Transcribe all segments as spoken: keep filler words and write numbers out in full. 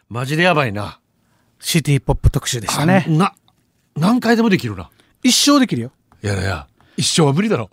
マジでやばいな。 シティポップ特集でしたね。 な何回でもできるな。 一生できるよ。 いやいや一生は無理だろ。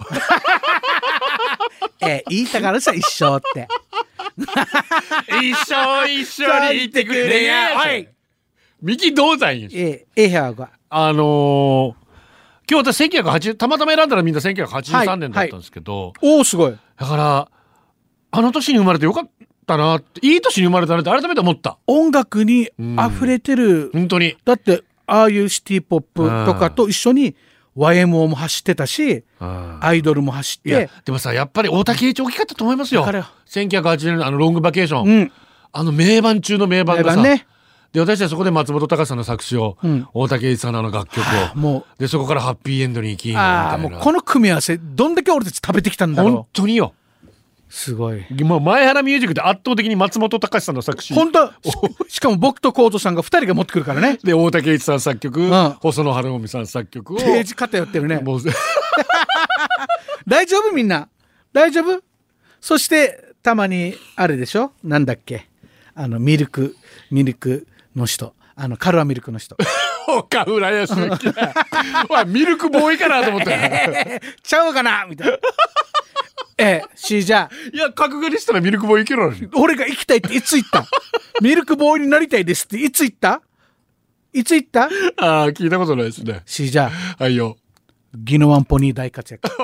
えー、言いたからさ一生って一生一緒にいてくれや。はい。右どうだい。 えええはがあのー、今日私せんきゅうひゃくはちじゅうたまたま選んだらみんなせんきゅうひゃくはちじゅうさんねんだったんですけど、 はいはい、おおすごい。 だからあの年に生まれてよかったなって、いい年に生まれたなって改めて思った。 音楽に溢れてる、 本当に。 だってああいうシティポップとかと一緒に ワイエムオー も走ってたし、アイドルも走って。いやでもさやっぱり大竹栄一大きかったと思いますよ。せんきゅうひゃくはちじゅうねんのあのロングバケーション、うん、あの名盤中の名盤がさ、名盤ね、で私はそこで松本隆さんの作詞を、うん、大竹栄一さんのあの楽曲を、はあ、もうでそこからハッピーエンドに行きみたいな。 あもうこの組み合わせどんだけ俺たち食べてきたんだろう。 本当によ。 すごい。 もう前原ミュージックで圧倒的に松本隆さんの作詞。 本当。しかも僕とコードさんがふたりが持ってくるからね。 で大竹栄一さん作曲、うん、細野晴臣さん作曲を。 ページ偏ってるね。もう大丈夫みんな大丈夫。そしてたまにあれでしょ、なんだっけ、あのミルクミルクの人、あのカルアミルクの人。 岡浦康之。おいミルクボーイかなと思ったよ。 ちゃうかなみたいな。ええ、シージャー。 いや角刈りしたらミルクボーイいけるのに。 俺が行きたいっていつ言った？ミルクボーイになりたいですっていつ言った？いつ言った？ああ聞いたことないですね。 シージャー。 はいよ。 ギノワンポニー大活躍。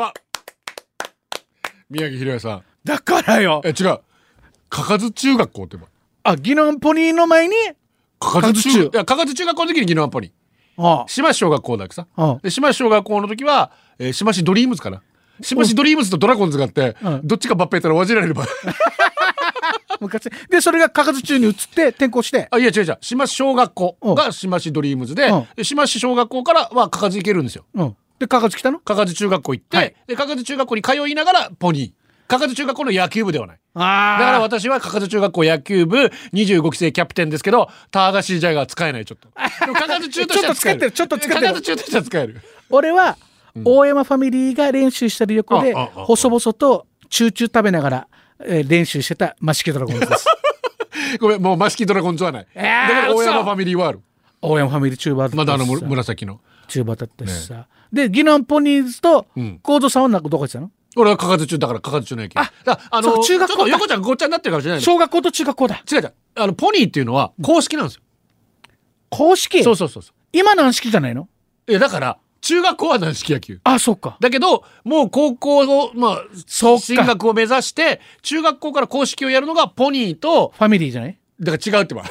宮城宏也さん。 だからよ。 え違う。かかず中学校ってば。 あギノワンポニーの前にかかず中。いやかかず中学校の時にギノワンポニー。ああ島市小学校だけさ。ああで島市小学校の時は、えー、島市ドリームズかな。島市ドリームズとドラゴンズがあって、うん、どっちか抜兵ったらわじられる場合。 昔でそれがかかず中に移って転校して。 あいや違う違う、島市小学校が島市ドリームズで、うん、島市小学校からはかかず行けるんですよ。うん、 でかかず来たの？ かかず中学校行って、はい、でかかず中学校に通いながらポニー。かかず中学校の野球部ではない。あだから私はかかず中学校野球部にじゅうごきせいキャプテンですけど、ターガシージャイが使えない。ちょっとかかず中としては使える。 ちょっと使ってる。 かかず中としては使える。 俺は大山ファミリーが練習してる横で細々とチューチュー食べながら、えー、練習してたマシキドラゴンズです。 ごめんもうマシキドラゴンズはない。だから大山ファミリーはある。 大山ファミリーチューバーだったしさ、 まだあの紫のチューバーだったしさ、ね、でギノンポニーズとコードさんはどこ行ってたの？ 俺はかかず中だからかかず中の駅。あだあの中学校ちょっと横ちゃんごっちゃになってるかもしれない。 小学校と中学校だ。 違う違う、あのポニーっていうのは公式なんですよ。 公式？ そうそうそうそう。 今軟式じゃないの？ いやだから中学校は軟式野球。 あ、そうか。 だけどもう高校のまあ進学を目指して中学校から公式をやるのがポニーとファミリーじゃない？ だから違うってば。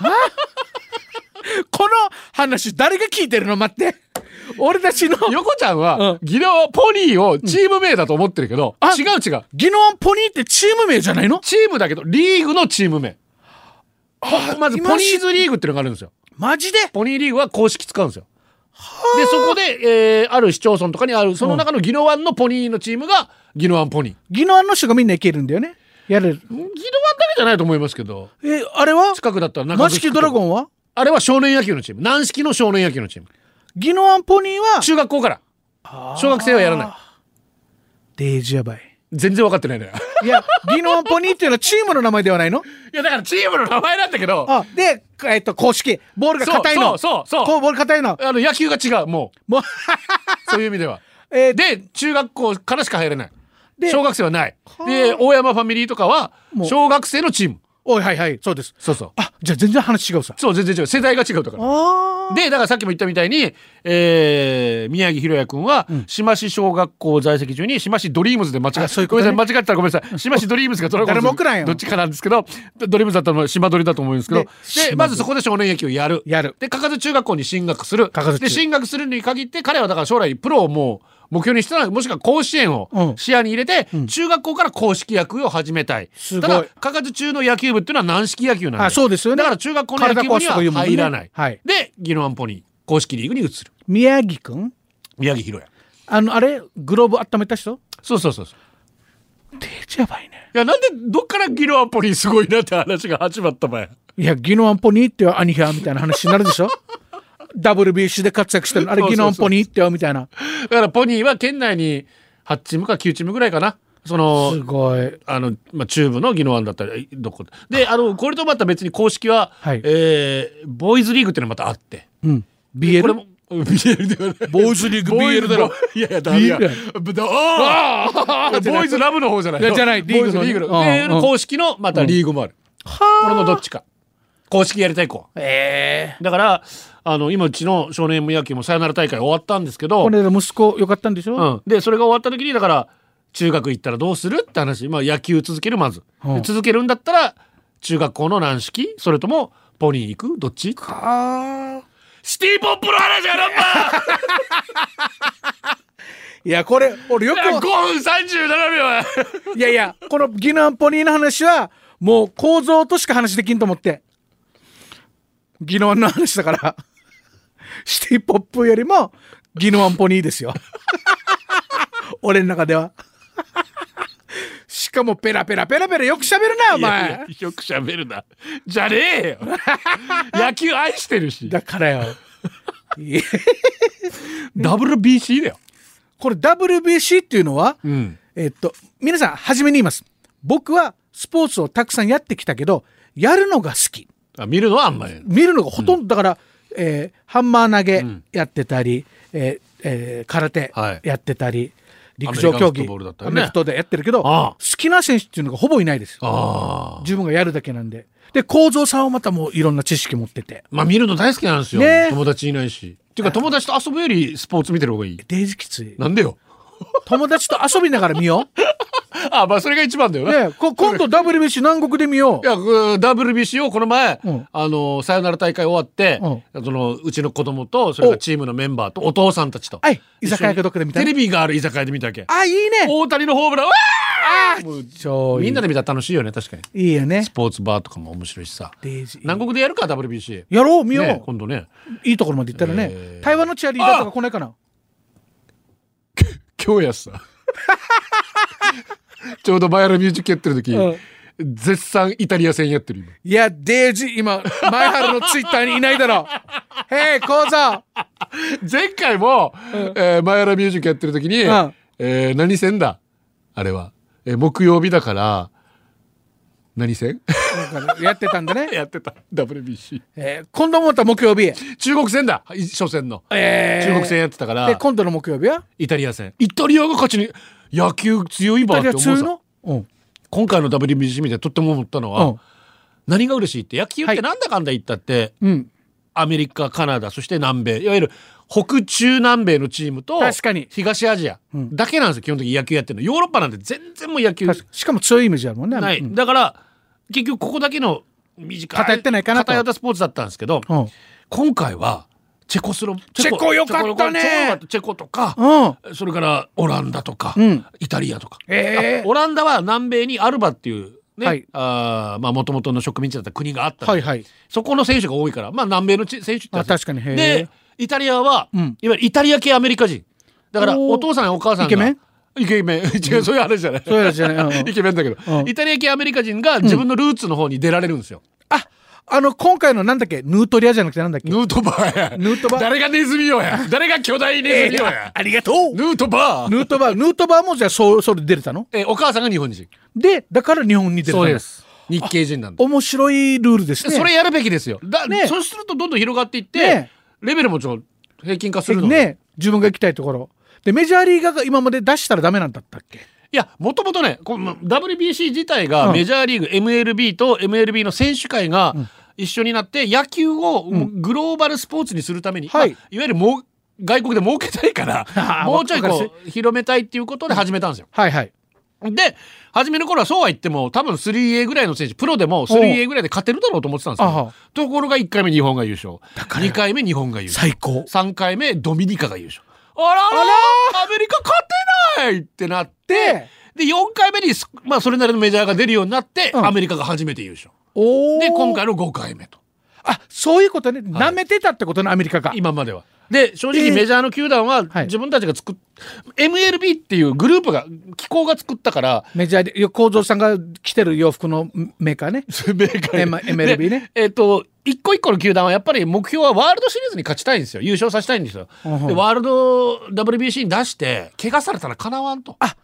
この話誰が聞いてるの？待って。俺たちの横ちゃんは、うん、ギノポニーをチーム名だと思ってるけど、うん、違う違う。 ギノポニーってチーム名じゃないの？ チームだけどリーグのチーム名。まずポニーズリーグっていうのがあるんですよ。 マジで？ ポニーリーグは公式使うんですよ。でそこで、えー、ある市町村とかにあるその中のギノワンのポニーのチームがギノワンポニー。 ギノワンの人がみんな行けるんだよね。やれる。ギノワンだけじゃないと思いますけど。 えー、あれは近くだったら中マシキドラゴンはあれは少年野球のチーム。軟式の少年野球のチーム。 ギノワンポニーは中学校から。小学生はやらない。 デージやばい。 全然分かってないね。 いやギノワンポニーっていうのはチームの名前ではないの？いやだからチームの名前なんだけど。 あで、えっと、公式ボールが硬いの。 そうそうそうそう。 ボール硬いの。 あの野球が違うもう。もうそういう意味では。えー、で中学校からしか入れない。小学生はない。で大山ファミリーとかは小学生のチーム。 おいはいはいそうです。 そうそう。 あじゃあ全然話違うさ。 そう全然違う、世代が違うだから。でだからさっきも言ったみたいに、えー、宮城宏也君は志市小学校在籍中に志市ドリームズで間違え、ね、ごめんなさい間違ってたらごめんなさい。志市ドリームズがドラゴンズ誰も送らんよどっちかなんですけど、ドリームズだったのは島ドリだと思うんですけど、で, でまずそこで少年野球をやるやる。 でかかず中学校に進学する。で進学するに限って彼はだから将来プロをもう目標にしたらもしくは甲子園を視野に入れて、うん、中学校から硬式野球を始めたい。 すごい。 ただかかず中の野球部っていうのは軟式野球なんで。 あそうですよね。 だから中学校の野球部には入らない、ねはい、でギノワンポニー公式リーグに移る。 宮城くん宮城宏也あのあれグローブ温めた人。 そうそうそうそう。 デージやばいね。 いやなんでどっからギノワンポニーすごいなって話が始まったばや。 いやギノワンポニーってアニヒャみたいな話になるでしょ。ダブリュービーシー で活躍してるあれギノワンポニーってよみたいな。 だからポニーは県内にはちチームかきゅうチームぐらいかな。 そのすごいあの、まあ、チューブの宜野湾だったりどこであのこれとまた別に公式は、 はいえー、ボーイズリーグっていうのがまたあって、 うん、ビーエルこれもビーエル ではないボーイズリーグ ビーエル だろ。 いやいやダメやボーイズラブの方じゃないのじゃないリーグのリーグの、ね、うん、公式のまたリーグもある、うん、これのどっちか公式やりたい子、 えー、 だからあの今うちの少年野球もさよなら大会終わったんですけど、 これ息子よかったんでしょ、 うん、でそれが終わった時にだから中学行ったらどうするって話、まあ、野球続けるまず、うん、続けるんだったら中学校の軟式それともポニー行くどっちかシティポップの話やろんばいやこれ俺よくごふんさんじゅうななびょういやいやこの宜野湾ポニーの話はもう構造としか話できんと思って宜野湾の話だからシティポップよりも宜野湾ポニーですよ俺の中ではしかもペラペラペラペラよく喋るなお前。いやいやよく喋るなじゃねえよ野球愛してるしだからよダブリュービーシー だよこれ ダブリュービーシー っていうのは、うん、えっと皆さん初めに言います。僕はスポーツをたくさんやってきたけどやるのが好き。 あ見るのはあんまり見るのがほとんど、うん、だから、えー、ハンマー投げやってたり、うんえーえー、空手やってたり、はい陸上競技アメフトでやってるけど好きな選手っていうのがほぼいないです。あ自分がやるだけなんで。で構造さんはまたもういろんな知識持っててまあ見るの大好きなんですよ、ね、友達いないしっていうか友達と遊ぶよりスポーツ見てる方がいい。 デイジきついなんでよ友達と遊びながら見ようあまあそれが一番だよね。 ねこ今度 ダブリュービーシー 南国で見よう。 いや ダブリュービーシー をこの前、うん、あのさよなら大会終わって、うん、そのうちの子供とそれからチームのメンバーとお父さんたちとはい居酒屋かどっかで見た。 テレビがある居酒屋で見たわけ。 あいいね。 大谷のホームランわあもう超いい。 みんなで見たら楽しいよね確かに。 いいよね。 スポーツバーとかも面白いしさ。南国でやるか ダブリュービーシーやろう見よう、ね、 今度ねいいところまで行ったらね、えー、台湾のチアリーダーとか来ないかな今日やさちょうどマヤラミュージックやってる時、うん、絶賛イタリア戦やってる今。 いやデイジ今前原のツイッターにいないだろへい講座前回も、うんえー、マヤラミュージックやってる時に、うんえー、何戦だあれは、えー、木曜日だから何戦やってたんだねやってた ダブリュービーシー、 えー、今度もまた木曜日中国戦だ初戦の、えー、中国戦やってたからで今度の木曜日はイタリア戦。イタリアが勝ちに野球強いばって思うさ、うん、今回の ダブリュービーシー 見てとっても思ったのは、うん、何が嬉しいって野球ってなんだかんだ言ったって、はいうん、アメリカカナダそして南米いわゆる北中南米のチームと東アジアだけなんですよ、うん、基本的に野球やってるの。ヨーロッパなんて全然もう野球しかも強いイメージあるもんね。 ない、うん、だから結局ここだけの短い偏ってないかなと偏ったスポーツだったんですけど、うん、今回はチェコスロチェコよかったね。 チェコとか、うん、それからオランダとか、うん、イタリアとか、えー、オランダは南米にアルバっていうね、はい、あまあ元々の植民地だった国があったので、はいはい、そこの選手が多いからまあ南米の選手ってあ確かにへでイタリアは、うん、いわゆるイタリア系アメリカ人だからお父さんやお母さんがイケメンイケメン違うそういう話じゃない、 そういう話じゃない、 イケメンだけど、うん、イタリア系アメリカ人が自分のルーツの方に出られるんですよ、 うん、ああの今回のなんだっけヌートリアじゃなくてなんだっけヌートバーやヌートバー誰がネズミよや誰が巨大ネズミよや、えー、 ありがとうヌートバーヌートバーヌートバーもじゃあそそれ出れたの、 えー、お母さんが日本人でだから日本に出れたの。 そうです日系人なんで面白いルールですね。 それやるべきですよだ、ね、そうするとどんどん広がっていって、ね、レベルもちょっと平均化するのね自分が行きたいところでメジャーリーガーが今まで出したらダメなんだったっけ。 いやもともとねこの ダブリュービーシー 自体がメジャーリーグ、うん、エムエルビー と エムエルビー の選手会が一緒になって野球をグローバルスポーツにするために、うんまあ、いわゆるもう外国で儲けたいからもうちょいこう広めたいっていうことで始めたんですよ、 うん、はいはいで初めの頃はそうは言っても多分 スリーエー ぐらいの選手プロでも スリーエー ぐらいで勝てるだろうと思ってたんですよ。ところがいっかいめ日本が優勝にかいめ日本が優勝最高さんかいめドミニカが優勝あららアメリカ勝てないってなってでよんかいめに、まあ、それなりのメジャーが出るようになって、うん、アメリカが初めて優勝で今回のごかいめと。 あそういうことね、はい、舐めてたってことねアメリカが今までは。で正直メジャーの球団は自分たちが作っ、えーはい、エムエルビー っていうグループが機構が作ったからメジャーで構造さんが着てる洋服のメーカーねメーカー、 ね、エムエルビー ねえっ、ー、と一個一個の球団はやっぱり目標はワールドシリーズに勝ちたいんですよ優勝させたいんですよ、うん、でワールド ダブリュービーシー に出して怪我されたらかなわんと。 あ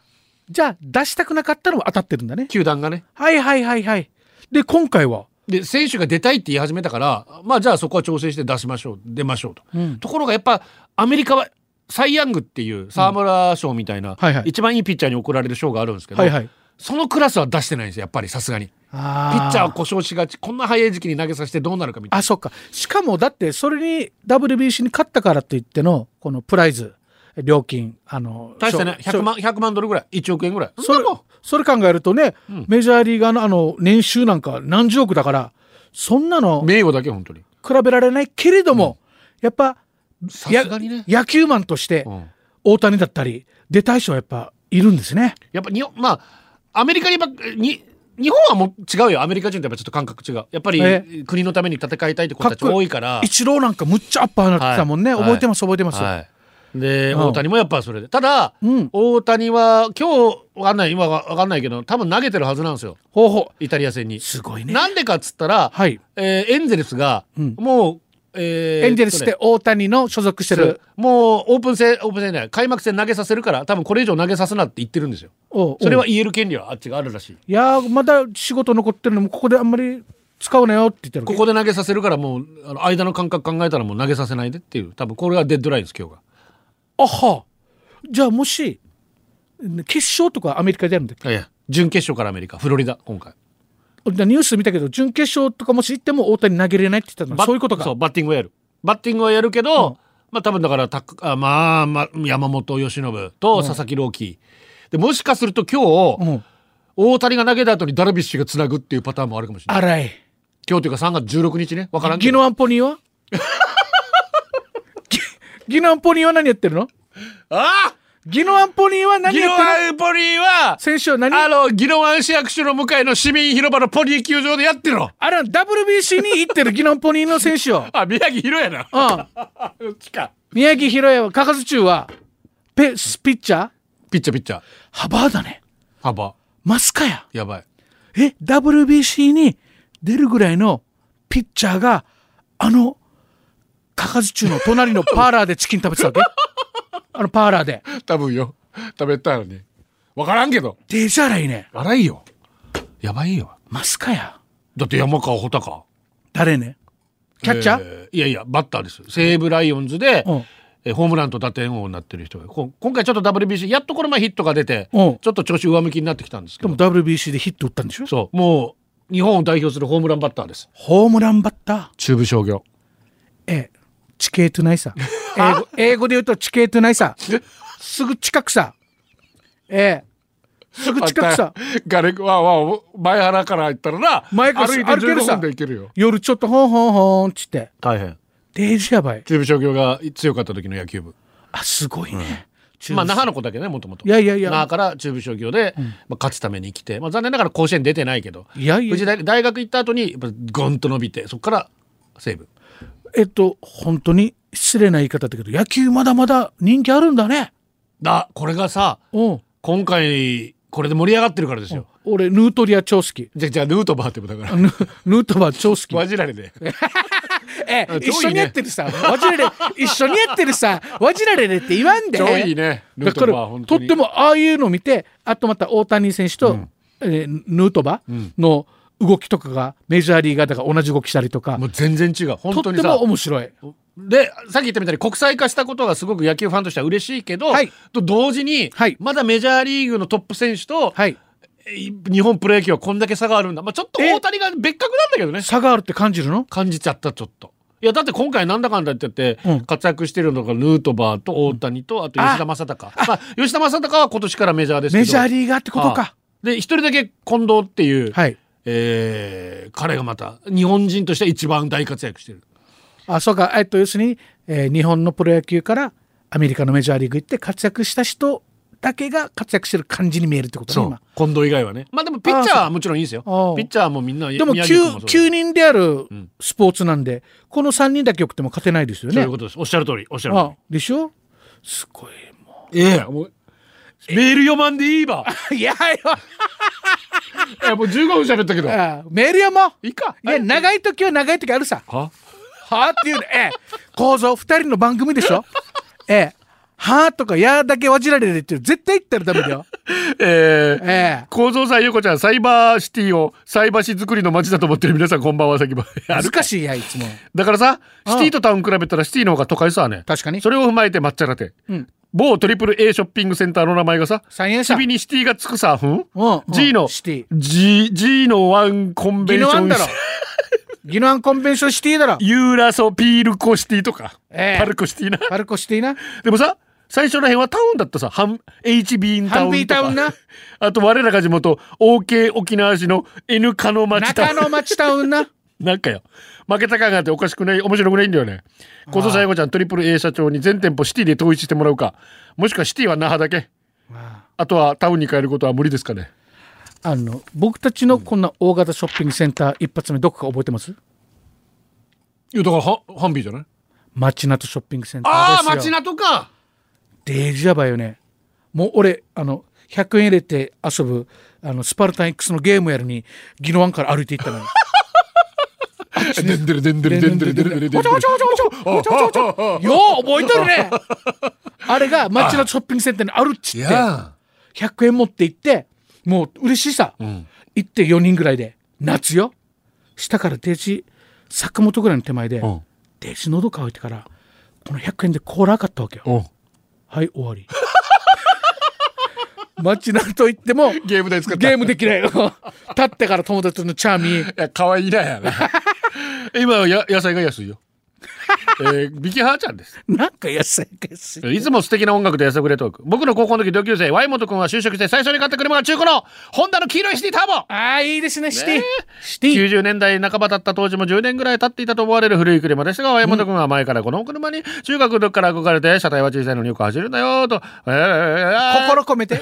じゃあ出したくなかったのは当たってるんだね。 球団がね。 はいはいはいはい。で今回はで選手が出たいって言い始めたから、まあじゃあそこは調整して出しましょう出ましょうと、うん、ところがやっぱアメリカはサイ・ヤングっていう沢村賞みたいな、うんはいはい、一番いいピッチャーに贈られる賞があるんですけど、はいはい、そのクラスは出してないんですよやっぱりさすがに。ピッチャーは故障しがち、こんな早い時期に投げさせてどうなるかみたいな。 あそっか。しかもだってそれに ダブリュービーシー に勝ったからといってのこのプライズ料金あの大してねひゃくまん、ひゃくまんドルぐらいいちおくえんぐらい。 それそれ考えるとね、うん、メジャーリーガーのあの年収なんか何十億だからそんなの名誉だけ本当に比べられないけれども、うん、やっぱさすがにね野球マンとして大谷だったり出たい人はやっぱいるんですね。 やっぱ日本まあアメリカにばに日本はもう違うよ。アメリカ人とやっぱちょっと感覚違う。やっぱり国のために戦いたいって子たち多いから。 イチローなんかむっちゃアッパーになってたもんね、はい、覚えてます覚えてます、はい、 で、うん、大谷もやっぱそれでただ、うん、大谷は今日わかんない今わかんないけど多分投げてるはずなんですよ。 ほうほうイタリア戦に。 すごいね。 なんでかっつったら、はいえー、エンゼルスがもう、うんえー、エンゼルスって大谷の所属してるもうオープン戦オープン戦じゃない開幕戦投げさせるから多分これ以上投げさせなって言ってるんですよ。おうおうそれは言える権利はあっちがあるらしい。 いやまだ仕事残ってるのもここであんまり使うなよって言ってる。 ここで投げさせるからもうあの間の間隔考えたらもう投げさせないでっていう多分これがデッドラインです今日が。 あはじゃあもし決勝とかアメリカでやるんだっけ。 いや準決勝からアメリカフロリダ今回ニュース見たけど準決勝とかもし行っても大谷投げれないって言ったのそういうことか。 そうバッティングをやるバッティングはやるけど、うん、まあ多分だからたあ、まあ、まあ山本由伸と佐々木朗希、うん、でもしかすると今日、うん、大谷が投げた後にダルビッシュがつなぐっていうパターンもあるかもしれない。 荒い今日というかさんがつじゅうろくにちね分からんけど。 ギノアンポニーはギノアンポニーは何やってるの。 ああギノアンポニーは何やってるの。 ギノアンポニーは先週何あのギノアン市役所の向かいの市民広場のポニー球場でやってるの。 あれ ダブリュービーシー に行ってるギノアンポニーの選手よ。 あ宮城宏也な。 うんどっちか。 宮城宏也はカカズ中はペピッチャーピッチャーピッチャー幅だね。 幅マスカややばい。 え ダブリュービーシー に出るぐらいのピッチャーがあのカカズ中の隣のパーラーでチキン食べてたわけあのパーラーで多分よ食べたらね分からんけどデージ荒いね。 荒いよやばいよ。 マスカやだって山川穂高誰ねキャッチャー、 えー、いやいやバッターです。西武ライオンズで、うんえホームランと打点王になってる人が今回ちょっと ダブリュービーシー やっとこの前ヒットが出て、うん、ちょっと調子上向きになってきたんですけど。 でも ダブリュービーシー でヒット打ったんでしょ。 そうもう日本を代表するホームランバッターです。 ホームランバッター中部商業え地形とないさ英語, 英語で言うと地形とないさすぐ近くさえー、すぐ近くさガレはは前原から入ったらな前から歩いてじゅうごふんで行けるよ。 夜ちょっとホンホンホンっつって大変デージやばい。 中部商業が強かった時の野球部。 あすごいね、 うん、まあ那覇の子だけねもともと。 いやいやいや那覇から中部商業で、うんまあ、勝つために来て、まあ、残念ながら甲子園出てないけどいやいや藤大大学行った後にやっぱゴンと伸びてそこから西武。 えっと本当に失礼な言い方だけど野球まだまだ人気あるんだね。 だこれがさ、うん、今回これで盛り上がってるからですよ。 俺ヌートリア超好き。 じゃじゃあヌートバーってもだからヌ, ヌートバー超好き。 わじられでえ一緒にやってるさわじられ一緒にやってるさわじられでって言わんで。 超いいねヌートバー本当に。 とってもああいうのを見てあとまた大谷選手と、うんえー、ヌートバーの動きとかがメジャーリーガーだから同じ動きしたりとかもう全然違う本当にさとっても面白い。 でさっき言ったみたいに国際化したことがすごく野球ファンとしては嬉しいけど、はい、と同時に、はい、まだメジャーリーグのトップ選手と、はい、日本プロ野球はこんだけ差があるんだ、まあ、ちょっと大谷が別格なんだけどね。 差があるって感じるの？ 感じちゃったちょっと。いやだって今回なんだかんだって言って、うん、活躍してるのがヌートバーと大谷とあと吉田正尚。まあ、吉田正尚は今年からメジャーですけどメジャーリーガーってことか。 で一人だけ近藤っていう、はいえー、彼がまた日本人としては一番大活躍してる。 あそうかえっと要するに、えー、日本のプロ野球からアメリカのメジャーリーグ行って活躍した人だけが活躍してる感じに見えるってことね。今近藤以外はね。まあでもピッチャーはもちろんいいですよ。ピッチャーもみんなでも 9, きゅうにんであるスポーツなんで、うん、このさんにんだけよくても勝てないですよね。 そういうことです。おっしゃる通りおっしゃる通り。あでしょ。すごいもう。 ええもうメール読まんでいいば。 いやよいやもうじゅうごふん喋ったけどあメール読もう。 いいか。 いや長い時は長い時あるさ。 ははっていうのええ構造ふたりの番組でしょええはとかやだけわじられるって絶対言ったらダメだよえーえー、構造さん、横ちゃん、サイバーシティを菜箸作りの街だと思ってる皆さん、こんばんは。先ば難しいや、いつも。 だからさ、シティとタウン比べたらシティの方が都会さね。 確かに。 それを踏まえて抹茶ラテ、うん、某トリプル A ショッピングセンターの名前がさ、日々にシティがつくさ、ふん、うん、G のシティ G, G のワンコンベンションギノワンコンベンションシティだろ。 ユーラソピールコシティとか、えー、パルコシティな。 パルコシティな。 でもさ、最初ら辺はタウンだったさ、ハン H ビーンタウンとか、ハンビータウンな。あと我らが地元 OK 沖縄市の N カの町タウン、 中の町タウンな。 なんかよ、負けた感があっておかしくない、面白くないんだよね。小僧最後ちゃん、トリプル A 社長に全店舗シティで統一してもらうか、もしくはシティは那覇だけ、あ, あとはタウンに変えることは無理ですかね。 あの僕たちのこんな大型ショッピングセンター、一発目どこか覚えてます？ いやだからハンビーじゃない？ 町名とショッピングセンターですよ。 ああ、町名とかデージやばいよね。もう俺あのひゃくえん入れて遊ぶあのスパルタン X のゲームやるにギノワンから歩いていったのよ。 でんでるでんでるでんでるでんでるでんでる。 おちょおちょおちょおちょおちょおちょ。よう覚えとるね。あれが町のショッピングセンターにあるっちってひゃくえん持って行ってもう嬉しさ、うん、行ってよにんぐらいで夏よ。下からデージ坂本ぐらいの手前で、うん、デージ喉乾いてからこのひゃくえんでコーラ買ったわけよ。はい終わり。街なんと言ってもゲームで使ったゲームできないよ。立ってから友達のチャーミー、 いや可愛いなやな。今はや野菜が安いよ。えー、ビキハーちゃんです。 なんか野菜が安い。 いつも素敵な音楽でやさぐれトーク。僕の高校の時同級生ワイモト君は就職して最初に買った車が中古のホンダの黄色いシティターボ。 ああいいですねシティ、ね、 シティきゅうじゅうねんだいなかばだった当時もじゅうねんぐらい経っていたと思われる古い車でしたが、ワイモト君は前からこの車に中学の時から憧れて車体は小さいのによく走るんだよと、えー、心込めて。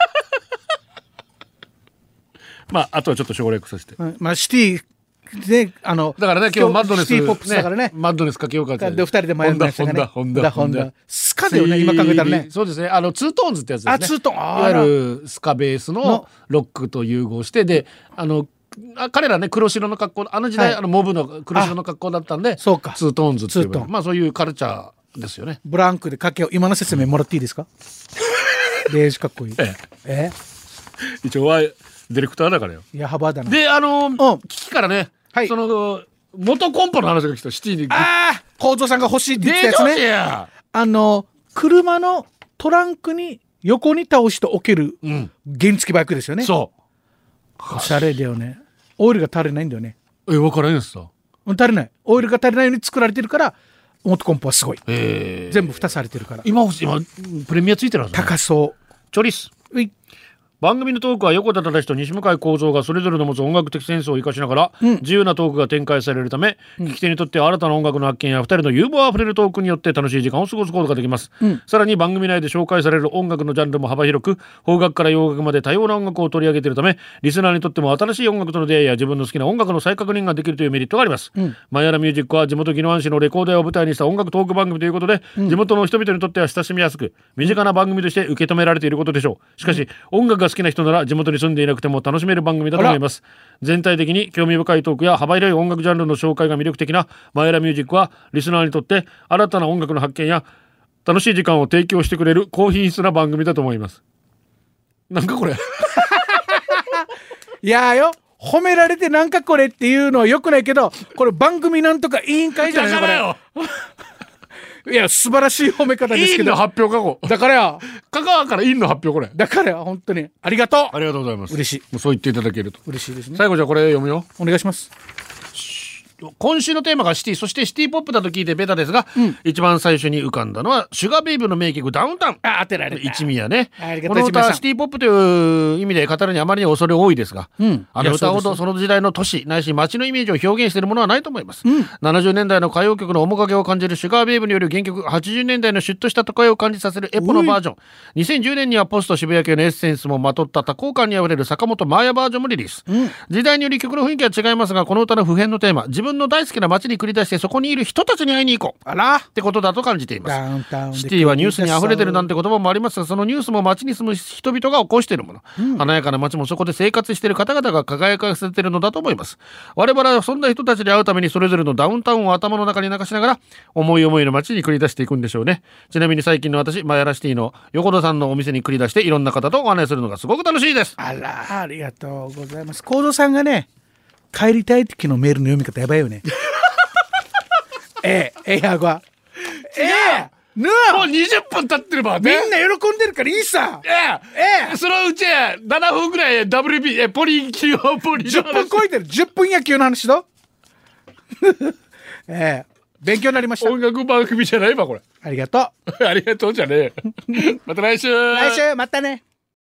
まああとはちょっと省略させて、 うん、まあシティであのだからね今日マッドネス、 シティポップスだからね、 マッドネスかけようかってでふたりで迷いましたがね。 ホンダホンダホンダスカだよね今考えたらね。 そうですね、あのツートーンズってやつですね。 あツートーン、 いわゆるスカベースのロックと融合してで、あのあ彼らね黒白の格好、あの時代、はい、あのモブの黒白の格好だったんで、 そうかツートーンズっていう、まあそういうカルチャーですよね。 ブランクでかけよう。今の説明もらっていいですか？デージかっこいい。ええ、 一応はディレクターだからよ。 いや幅だな。 であのー、機器からね、はい、その元コンポの話が来た。シティにああ構造さんが欲しいって言ったやつね。あの車のトランクに横に倒して置ける原付バイクですよね、うん、そうおしゃれだよね。オイルが足りないんだよね。 え分からんやつさ足りない。オイルが足りないように作られてるから元コンポはすごい、えー、全部蓋されてるから。 今今プレミアついてるはず、ね、 高そうチョリス。うい番組のトークは横田忠と西向井幸三がそれぞれの持つ音楽的センスを生かしながら、うん、自由なトークが展開されるため、うん、聞き手にとっては新たな音楽の発見やふたりのユーモアあふれるトークによって楽しい時間を過ごすことができます、うん、さらに番組内で紹介される音楽のジャンルも幅広く、邦楽から洋楽まで多様な音楽を取り上げているため、リスナーにとっても新しい音楽との出会いや自分の好きな音楽の再確認ができるというメリットがあります、うん、マイアラミュージックは地元宜野湾市のレコード屋を舞台にした音楽トーク番組ということで、うん、地元の人々にとっては親しみやすく身近な番組として受け止められていることでしょう。しかし、うん、音楽が好きな人なら地元に住んでいなくても楽しめる番組だと思います。全体的に興味深いトークや幅広い音楽ジャンルの紹介が魅力的なマイラミュージックはリスナーにとって新たな音楽の発見や楽しい時間を提供してくれる高品質な番組だと思います。なんかこれいやよ褒められてなんかこれっていうのはよくないけど、これ番組なんとか委員会じゃないのこれ。いや素晴らしい褒め方ですけど。 委員の発表過去だからよ香川から委員の発表これだからよ本当にありがとう。 ありがとうございます。 嬉しい。 もうそう言っていただけると嬉しいですね。 最後じゃあこれ読むよ。 お願いします。 今週のテーマがシティ、そしてシティポップだと聞いてベタですが、うん、一番最初に浮かんだのはシュガーベイブーの名曲ダウンタウン。 あ当てられた一味やね。この歌はシティポップという意味で語るにあまりに恐れ多いですが、うん、あの歌ほどその時代の都市ないし街のイメージを表現しているものはないと思います、うん、ななじゅうねんだいの歌謡曲の面影を感じるシュガーベイブーによる原曲、はちじゅうねんだいのシュッとした都会を感じさせるエポのバージョン、にせんじゅうねんにはポスト渋谷系のエッセンスもまとった多幸感にあふれる坂本真綾バージョンもリリース、うん、時代により曲の雰囲気は違いますが、この歌の普遍のテーマ、自分分の大好きな街に繰り出してそこにいる人たちに会いに行こうあらってことだと感じています。 ダウンタウンでシティはニュースに溢れてるなんて言葉もありますが、そのニュースも街に住む人々が起こしているもの、うん、華やかな街もそこで生活している方々が輝かせているのだと思います。我々はそんな人たちに会うためにそれぞれのダウンタウンを頭の中に流しながら思い思いの街に繰り出していくんでしょうね。ちなみに最近の私マヤラシティの横田さんのお店に繰り出していろんな方とお話しするのがすごく楽しいです。 あら、ありがとうございます。幸三さんがね、帰りたい時のメールの読み方やばいよね。ええ、ええ、やがええもうにじゅっぷん経ってればね、みんな喜んでるからいいさ。 ええええ、そのうちななふんぐらい ダブリュービー えポリキュアポリじゅっぷん超えてる。じゅっぷん野球の話だ。ええ、勉強になりました。 音楽番組じゃないわこれ。 ありがとう。ありがとうじゃねえ。また来週。 来週またね。